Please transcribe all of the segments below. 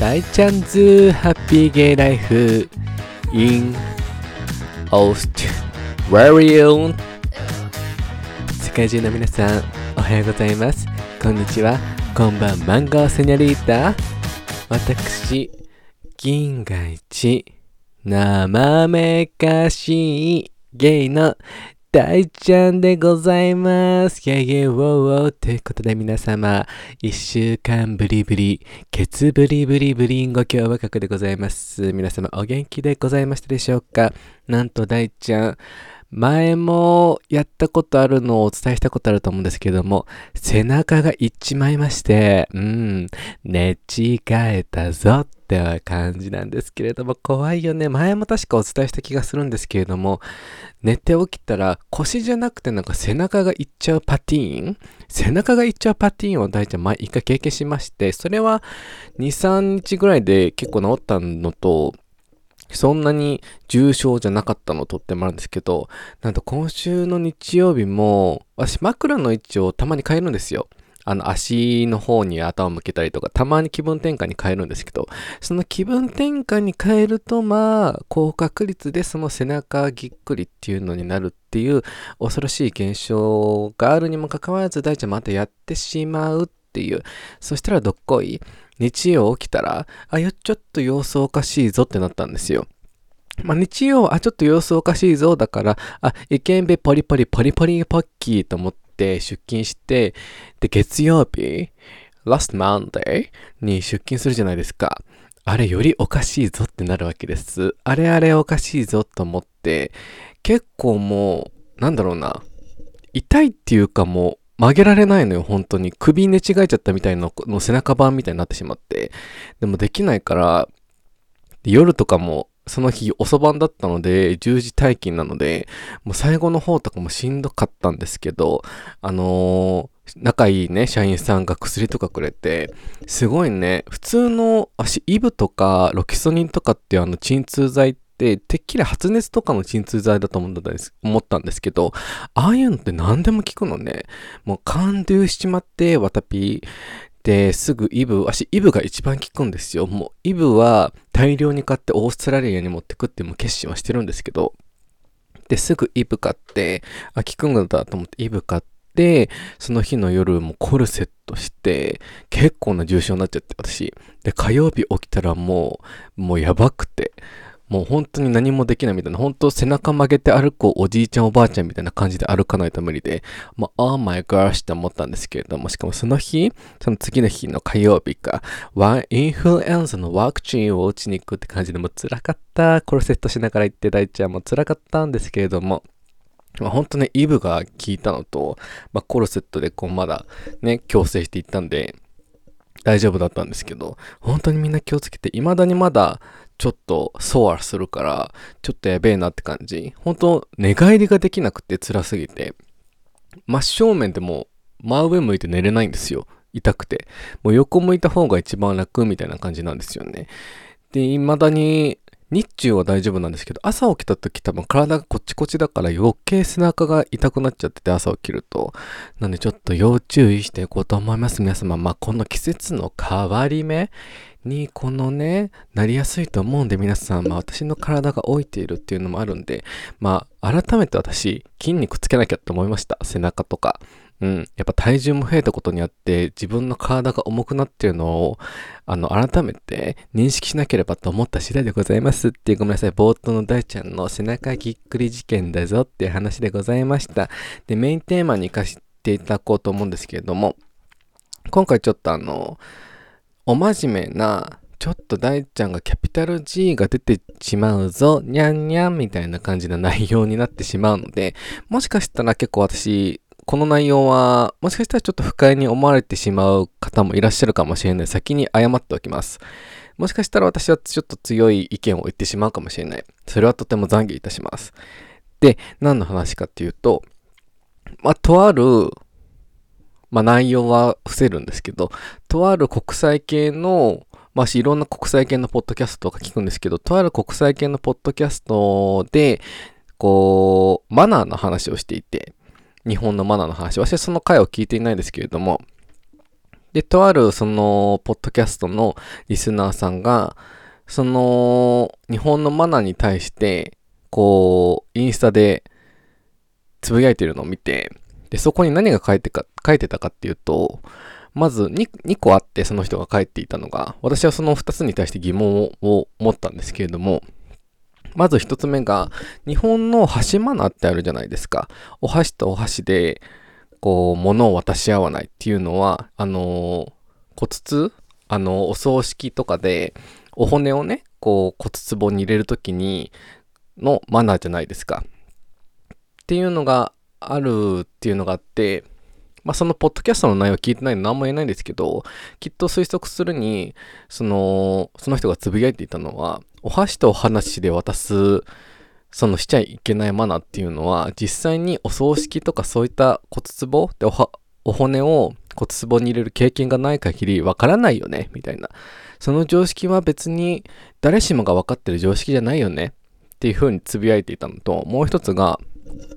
大ちゃんズハッピーゲイライフ in Australia。 世界中の皆さん、おはようございます。こんにちは、こんばんマンゴーセニョリータ。私、銀河一生めかしいゲイの大ちゃんでございます。ということで皆様、一週間ぶりぶり、ケツぶりぶりぶりんご今日はかくでございます。皆様お元気でございましたでしょうか。なんと大ちゃん、前もやったことあるのをお伝えしたことあると思うんですけども、背中がいっちまいまして、寝違えたぞって感じなんですけれども、怖いよね。前も確かお伝えした気がするんですけれども、寝て起きたら腰じゃなくて背中がいっちゃうパティーンを大ちゃん前一回経験しまして、それは2、3日ぐらいで結構治ったのと、そんなに重症じゃなかったのとってもあるんですけど、なんと今週の日曜日も、私枕の位置をたまに変えるんですよ。足の方に頭を向けたりとか、たまに気分転換に変えるんですけど、その気分転換に変えると、高確率でその背中ぎっくりっていうのになるっていう恐ろしい現象があるにもかかわらず、大ちゃんまたやってしまうっていう。そしたらどっこい日曜起きたら、ちょっと様子おかしいぞってなったんですよ。日曜、ちょっと様子おかしいぞだから、いけんべポリポリポリポリポッキーと思って出勤して、で、月曜日、last Monday に出勤するじゃないですか。あれよりおかしいぞってなるわけです。あれおかしいぞと思って、結構もう、痛いっていうかもう、曲げられないのよ、本当に。首寝違えちゃったみたいなの背中版みたいになってしまって。でもできないから、夜とかも、その日遅番だったので、10時退勤なので、もう最後の方とかもしんどかったんですけど、仲いいね、社員さんが薬とかくれて、すごいね、普通のイブとかロキソニンとかっていう鎮痛剤って、てっきり発熱とかの鎮痛剤だと思ったんですけど、ああいうのって何でも効くのね。もう感動しちまって、わたぴー。で、すぐイブが一番効くんですよ。もうイブは大量に買ってオーストラリアに持ってくっても決心はしてるんですけど、で、すぐイブ買って、効くんだと思ってイブ買って、その日の夜もコルセットして、結構な重症になっちゃって、私。で、火曜日起きたらもうやばくて、もう本当に何もできないみたいな、本当背中曲げて歩くおじいちゃんおばあちゃんみたいな感じで歩かないと無理で、oh my gosh って思ったんですけれども、しかもその次の日の火曜日か、インフルエンザのワクチンを打ちに行くって感じでもう辛かった。コルセットしながら行って大ちゃんも辛かったんですけれども、本当ね、イブが効いたのと、コルセットでまだね、矯正していったんで、大丈夫だったんですけど、本当にみんな気をつけて、未だにまだちょっとソアするから、ちょっとやべえなって感じ。本当寝返りができなくて辛すぎて、真正面でも真上向いて寝れないんですよ。痛くて。もう横向いた方が一番楽みたいな感じなんですよね。で、未だに日中は大丈夫なんですけど、朝起きた時多分体がこっちこっちだから余計背中が痛くなっちゃってて朝起きると。なんでちょっと要注意していこうと思います。皆様、この季節の変わり目になりやすいと思うんで皆さん、私の体が老いているっていうのもあるんで、改めて私筋肉つけなきゃって思いました。背中とか。やっぱ体重も増えたことによって自分の体が重くなっているのを改めて認識しなければと思った次第でございますっていう、ごめんなさい、冒頭の大ちゃんの背中ぎっくり事件だぞっていう話でございました。で、メインテーマに活かしていただこうと思うんですけれども、今回ちょっとお真面目な、ちょっと大ちゃんがキャピタル G が出てしまうぞ、にゃんにゃんみたいな感じの内容になってしまうので、もしかしたら結構私、この内容は、もしかしたらちょっと不快に思われてしまう方もいらっしゃるかもしれない。先に謝っておきます。もしかしたら私はちょっと強い意見を言ってしまうかもしれない。それはとても懺悔いたします。で、何の話かっていうと、とある、内容は伏せるんですけど、とある国際系の、いろんな国際系のポッドキャストとか聞くんですけど、とある国際系のポッドキャストで、マナーの話をしていて、日本のマナーの話、私はその回を聞いていないですけれども、 で、とあるその、ポッドキャストのリスナーさんが、その、日本のマナーに対して、こう、インスタでつぶやいてるのを見て、で、そこに何が書いてたかっていうと、まず 2個あってその人が書いていたのが、私はその2つに対して疑問を持ったんですけれども、まず1つ目が、日本の箸マナーってあるじゃないですか。お箸とお箸で、こう、物を渡し合わないっていうのは、骨壺お葬式とかで、お骨をね、こう、骨壺に入れるときに、のマナーじゃないですか。っていうのがあるっていうのがあって、まあそのポッドキャストの内容を聞いてないの何も言えないんですけど、きっと推測するに、その人がつぶやいていたのは、お箸とお話で渡す、そのしちゃいけないマナーっていうのは、実際にお葬式とかそういった骨壺でお骨を骨壺に入れる経験がない限りわからないよね、みたいな。その常識は別に誰しもが分かってる常識じゃないよね、っていう風につぶやいていたのと、もう一つが、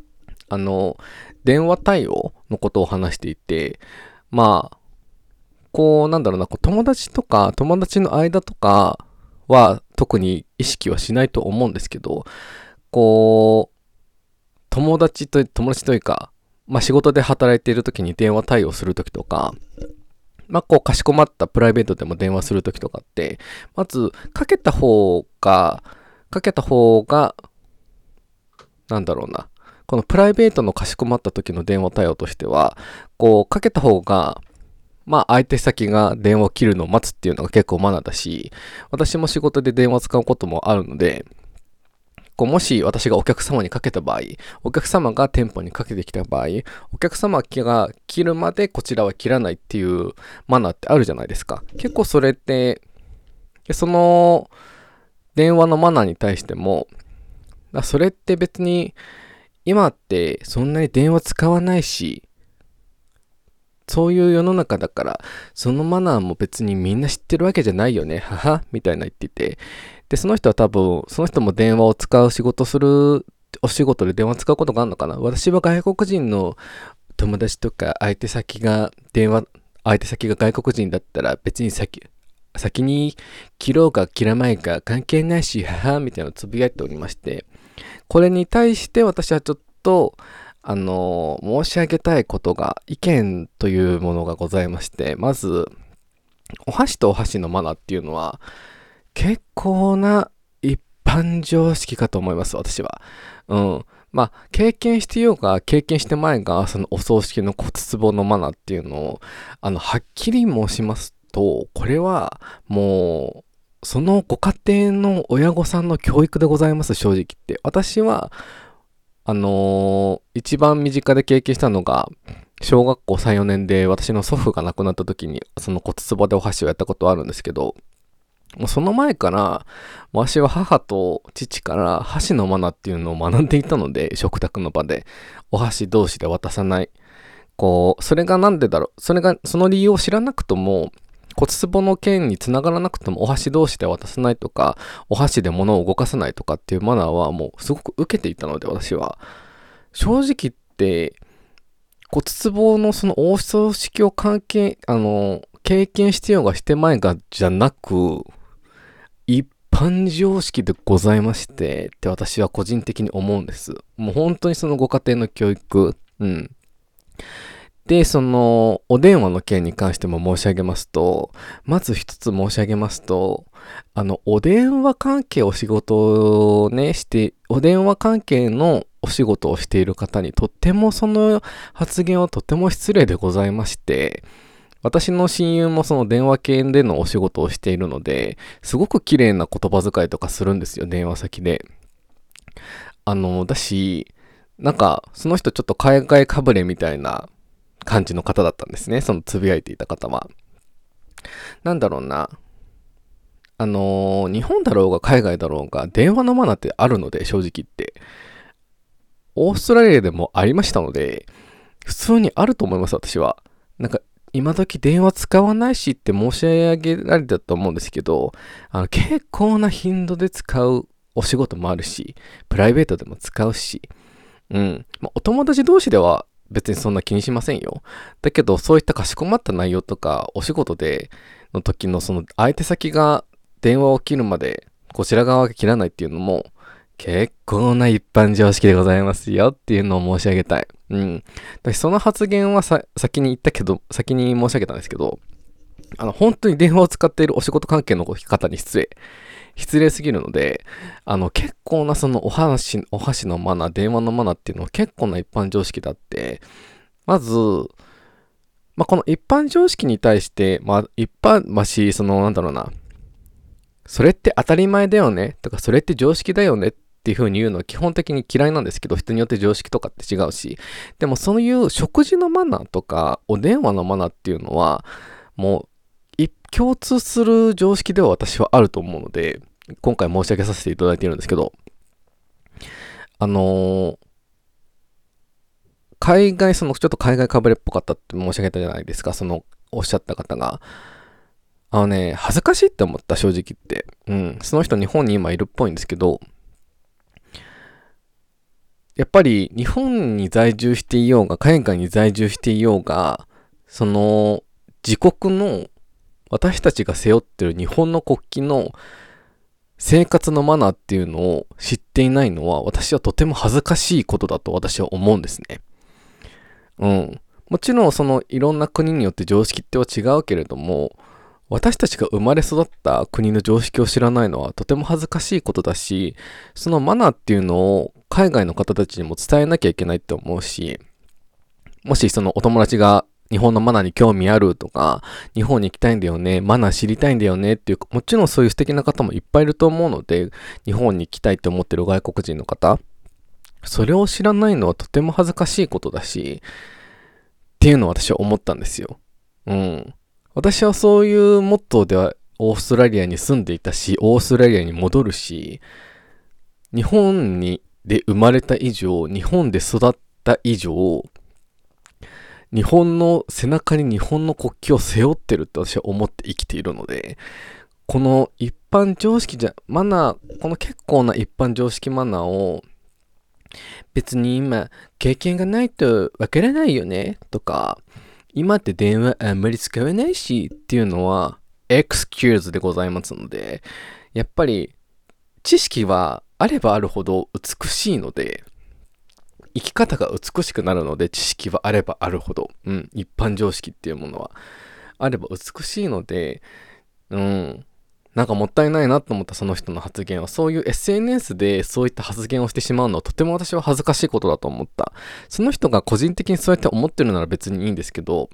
電話対応のことを話していて、まあ、こう、なんだろうな、友達の間とかは特に意識はしないと思うんですけど、こう、友達というか、まあ仕事で働いている時に電話対応する時とか、まあこうかしこまったプライベートでも電話する時とかって、まずかけた方が、なんだろうな、このプライベートのかしこまった時の電話対応としては、こうかけた方が、まあ相手先が電話を切るのを待つっていうのが結構マナーだし、私も仕事で電話を使うこともあるので、こうもし私がお客様にかけた場合、お客様が店舗にかけてきた場合、お客様が切るまでこちらは切らないっていうマナーってあるじゃないですか。結構それって、その電話のマナーに対しても、それって別に今ってそんなに電話使わないし、そういう世の中だから、そのマナーも別にみんな知ってるわけじゃないよね、はは、みたいな言ってて。で、その人は多分、その人も電話を使うお仕事で電話を使うことがあるのかな。私は外国人の友達とか相手先が外国人だったら別に先に切ろうが切らないか関係ないし、はは、みたいなのをつぶやいておりまして、これに対して私はちょっと、申し上げたいことが、意見というものがございまして、まず、お箸とお箸のマナーっていうのは、結構な一般常識かと思います、私は。うん。まあ、経験してようが、経験してまいが、そのお葬式の骨壺のマナーっていうのを、はっきり申しますと、これは、もう、そのご家庭の親御さんの教育でございます、正直言って。私は、一番身近で経験したのが、小学校3、4年で私の祖父が亡くなった時に、その骨壺でお箸をやったことはあるんですけど、もうその前から、私は母と父から箸のマナーっていうのを学んでいたので、食卓の場で、お箸同士で渡さない。こう、それがなんでだろう。その理由を知らなくとも、骨壺の件につながらなくてもお箸同士で渡さないとか、お箸で物を動かさないとかっていうマナーはもうすごく受けていたので、私は。正直言って、骨壺のその大葬式を経験してようがしてまいがじゃなく、一般常識でございましてって私は個人的に思うんです。もう本当にそのご家庭の教育。うん。で、その、お電話の件に関しても申し上げますと、まず一つ申し上げますと、お電話関係お電話関係のお仕事をしている方にとってもその発言はとても失礼でございまして、私の親友もその電話系でのお仕事をしているので、すごく綺麗な言葉遣いとかするんですよ、電話先で。だし、なんか、その人ちょっと海外かぶれみたいな感じの方だったんですね。そのつぶやいていた方は。なんだろうな。日本だろうが海外だろうが電話のマナーってあるので、正直言って。オーストラリアでもありましたので、普通にあると思います、私は。なんか、今時電話使わないしって申し上げられたと思うんですけど、結構な頻度で使うお仕事もあるし、プライベートでも使うし、うん。まあ、お友達同士では別にそんな気にしませんよ。だけど、そういったかしこまった内容とか、お仕事での時のその相手先が電話を切るまで、こちら側が切らないっていうのも、結構な一般常識でございますよっていうのを申し上げたい。私その発言は先に申し上げたんですけど、本当に電話を使っているお仕事関係の方に失礼すぎるので、結構なそのお箸のマナー、電話のマナーっていうのは結構な一般常識だって、まず、この一般常識に対して、それって当たり前だよねとか、それって常識だよねっていう風に言うのは基本的に嫌いなんですけど、人によって常識とかって違うし、でもそういう食事のマナーとか、お電話のマナーっていうのは、もう、共通する常識では私はあると思うので、今回申し上げさせていただいているんですけど、ちょっと海外かぶれっぽかったって申し上げたじゃないですか、おっしゃった方が。恥ずかしいって思った、正直言って。その人日本に今いるっぽいんですけど、やっぱり日本に在住していようが、海外に在住していようが、自国の私たちが背負ってる日本の国旗の生活のマナーっていうのを知っていないのは、私はとても恥ずかしいことだと私は思うんですね。もちろんいろんな国によって常識っては違うけれども、私たちが生まれ育った国の常識を知らないのはとても恥ずかしいことだし、そのマナーっていうのを海外の方たちにも伝えなきゃいけないって思うし、もしお友達が日本のマナーに興味あるとか、日本に行きたいんだよね、マナー知りたいんだよねっていう、もちろんそういう素敵な方もいっぱいいると思うので、日本に行きたいって思ってる外国人の方、それを知らないのはとても恥ずかしいことだし、っていうのを私は思ったんですよ。私はそういうモットーではオーストラリアに住んでいたし、オーストラリアに戻るし、日本で生まれた以上、日本で育った以上、日本の背中に日本の国旗を背負ってるって私は思って生きているので、この一般常識この結構な一般常識マナーを、別に今経験がないとわからないよねとか、今って電話あんまり使わないしっていうのはエクスキューズでございますので、やっぱり知識はあればあるほど美しいので、生き方が美しくなるので、知識はあればあるほど、一般常識っていうものはあれば美しいので、なんかもったいないなと思ったその人の発言は、そういう SNS でそういった発言をしてしまうのはとても私は恥ずかしいことだと思った。その人が個人的にそうやって思ってるなら別にいいんですけど、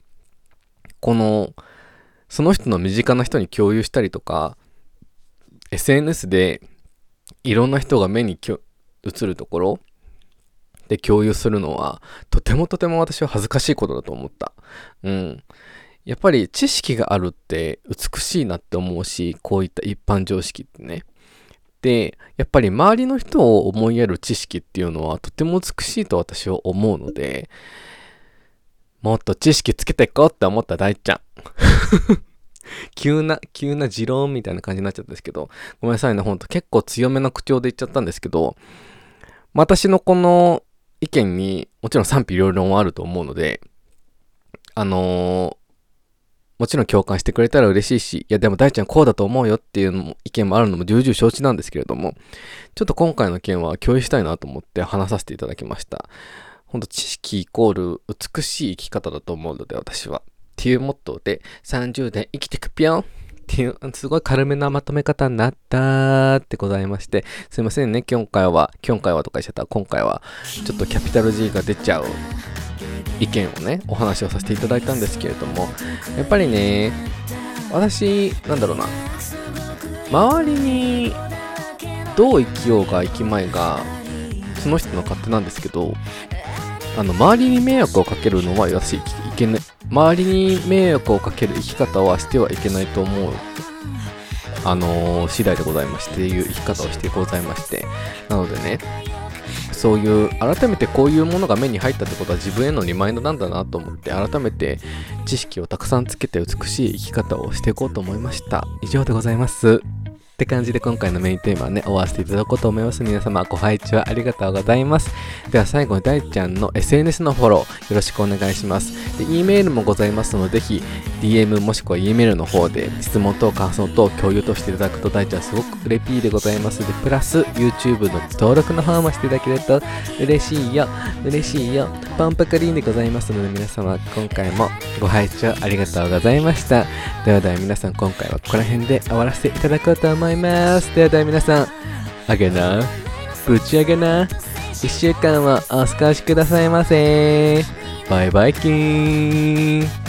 その人の身近な人に共有したりとか、SNS でいろんな人が目に映るところで共有するのはとても私は恥ずかしいことだと思った。やっぱり知識があるって美しいなって思うし、こういった一般常識ってね。で、やっぱり周りの人を思いやる知識っていうのはとても美しいと私は思うので、もっと知識つけていこうって思った大ちゃん。急な持論みたいな感じになっちゃったんですけど、ごめんなさいね、ほんと結構強めな口調で言っちゃったんですけど、私のこの意見にもちろん賛否両論はあると思うので、もちろん共感してくれたら嬉しいし、いやでも大ちゃんこうだと思うよっていう意見もあるのも重々承知なんですけれども、ちょっと今回の件は共有したいなと思って話させていただきました。ほんと知識イコール美しい生き方だと思うので、私は。っていうモットーで30代生きてくぴょんっていうすごい軽めなまとめ方になったってございまして、すいませんね、今回はとか言っちゃった。今回はちょっとキャピタル G が出ちゃう意見をね、お話をさせていただいたんですけれども、やっぱりね、私、周りにどう生きようが生きまいが、その人の勝手なんですけど、周りに迷惑をかけるのは私いけない。周りに迷惑をかける生き方はしてはいけないと思う次第でございまして、いう生き方をしてございまして、なのでね、そういう改めてこういうものが目に入ったってことは自分へのリマインドなんだなと思って、改めて知識をたくさんつけて美しい生き方をしていこうと思いました。以上でございます。 って感じで今回のメインテーマはね、終わらせていただこうと思います。皆様ご拝聴ありがとうございます。では最後に大ちゃんの SNS のフォローよろしくお願いします。で、E メールもございますので、ぜひ DM もしくは E メールの方で質問等感想等共有としていただくと大ちゃんすごく嬉しいでございますので、プラス YouTube の登録の方もしていただけると嬉しいよ。ポンパカリンでございますので、皆様今回もご拝聴ありがとうございました。では皆さん、今回はここら辺で終わらせていただこうと思います。では皆さん、あげな、ぶち上げな、1週間はお過ごしくださいませ。バイバイキーン。